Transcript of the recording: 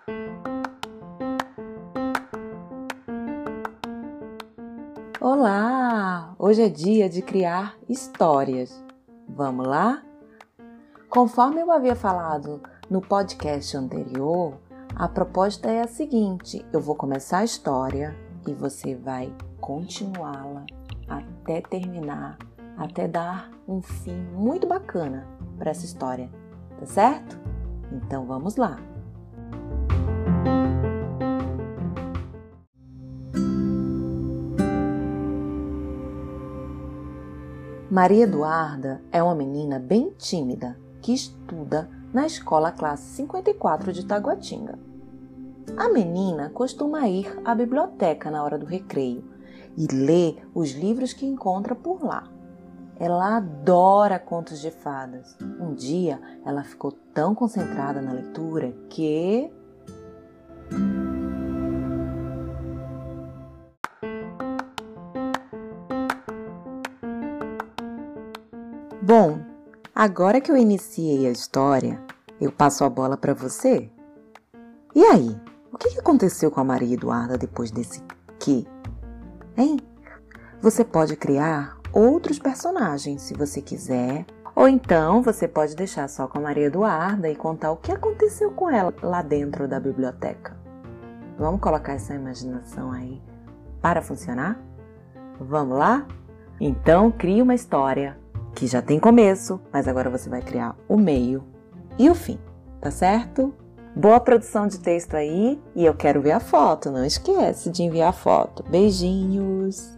Olá! Hoje é dia de criar histórias. Vamos lá? Conforme eu havia falado no podcast anterior, a proposta é a seguinte: eu vou começar a história e você vai continuá-la até terminar, até dar um fim muito bacana para essa história, tá certo? Então vamos lá! Maria Eduarda é uma menina bem tímida que estuda na escola classe 54 de Taguatinga. A menina costuma ir à biblioteca na hora do recreio e lê os livros que encontra por lá. Ela adora contos de fadas. Um dia ela ficou tão concentrada na leitura que... Bom, agora que eu iniciei a história, eu passo a bola para você. E aí, o que aconteceu com a Maria Eduarda depois desse quê? Hein? Você pode criar outros personagens se você quiser, ou então você pode deixar só com a Maria Eduarda e contar o que aconteceu com ela lá dentro da biblioteca. Vamos colocar essa imaginação aí para funcionar? Vamos lá? Então, crie uma história que já tem começo, mas agora você vai criar o meio e o fim, tá certo? Boa produção de texto aí e eu quero ver a foto, não esquece de enviar a foto. Beijinhos!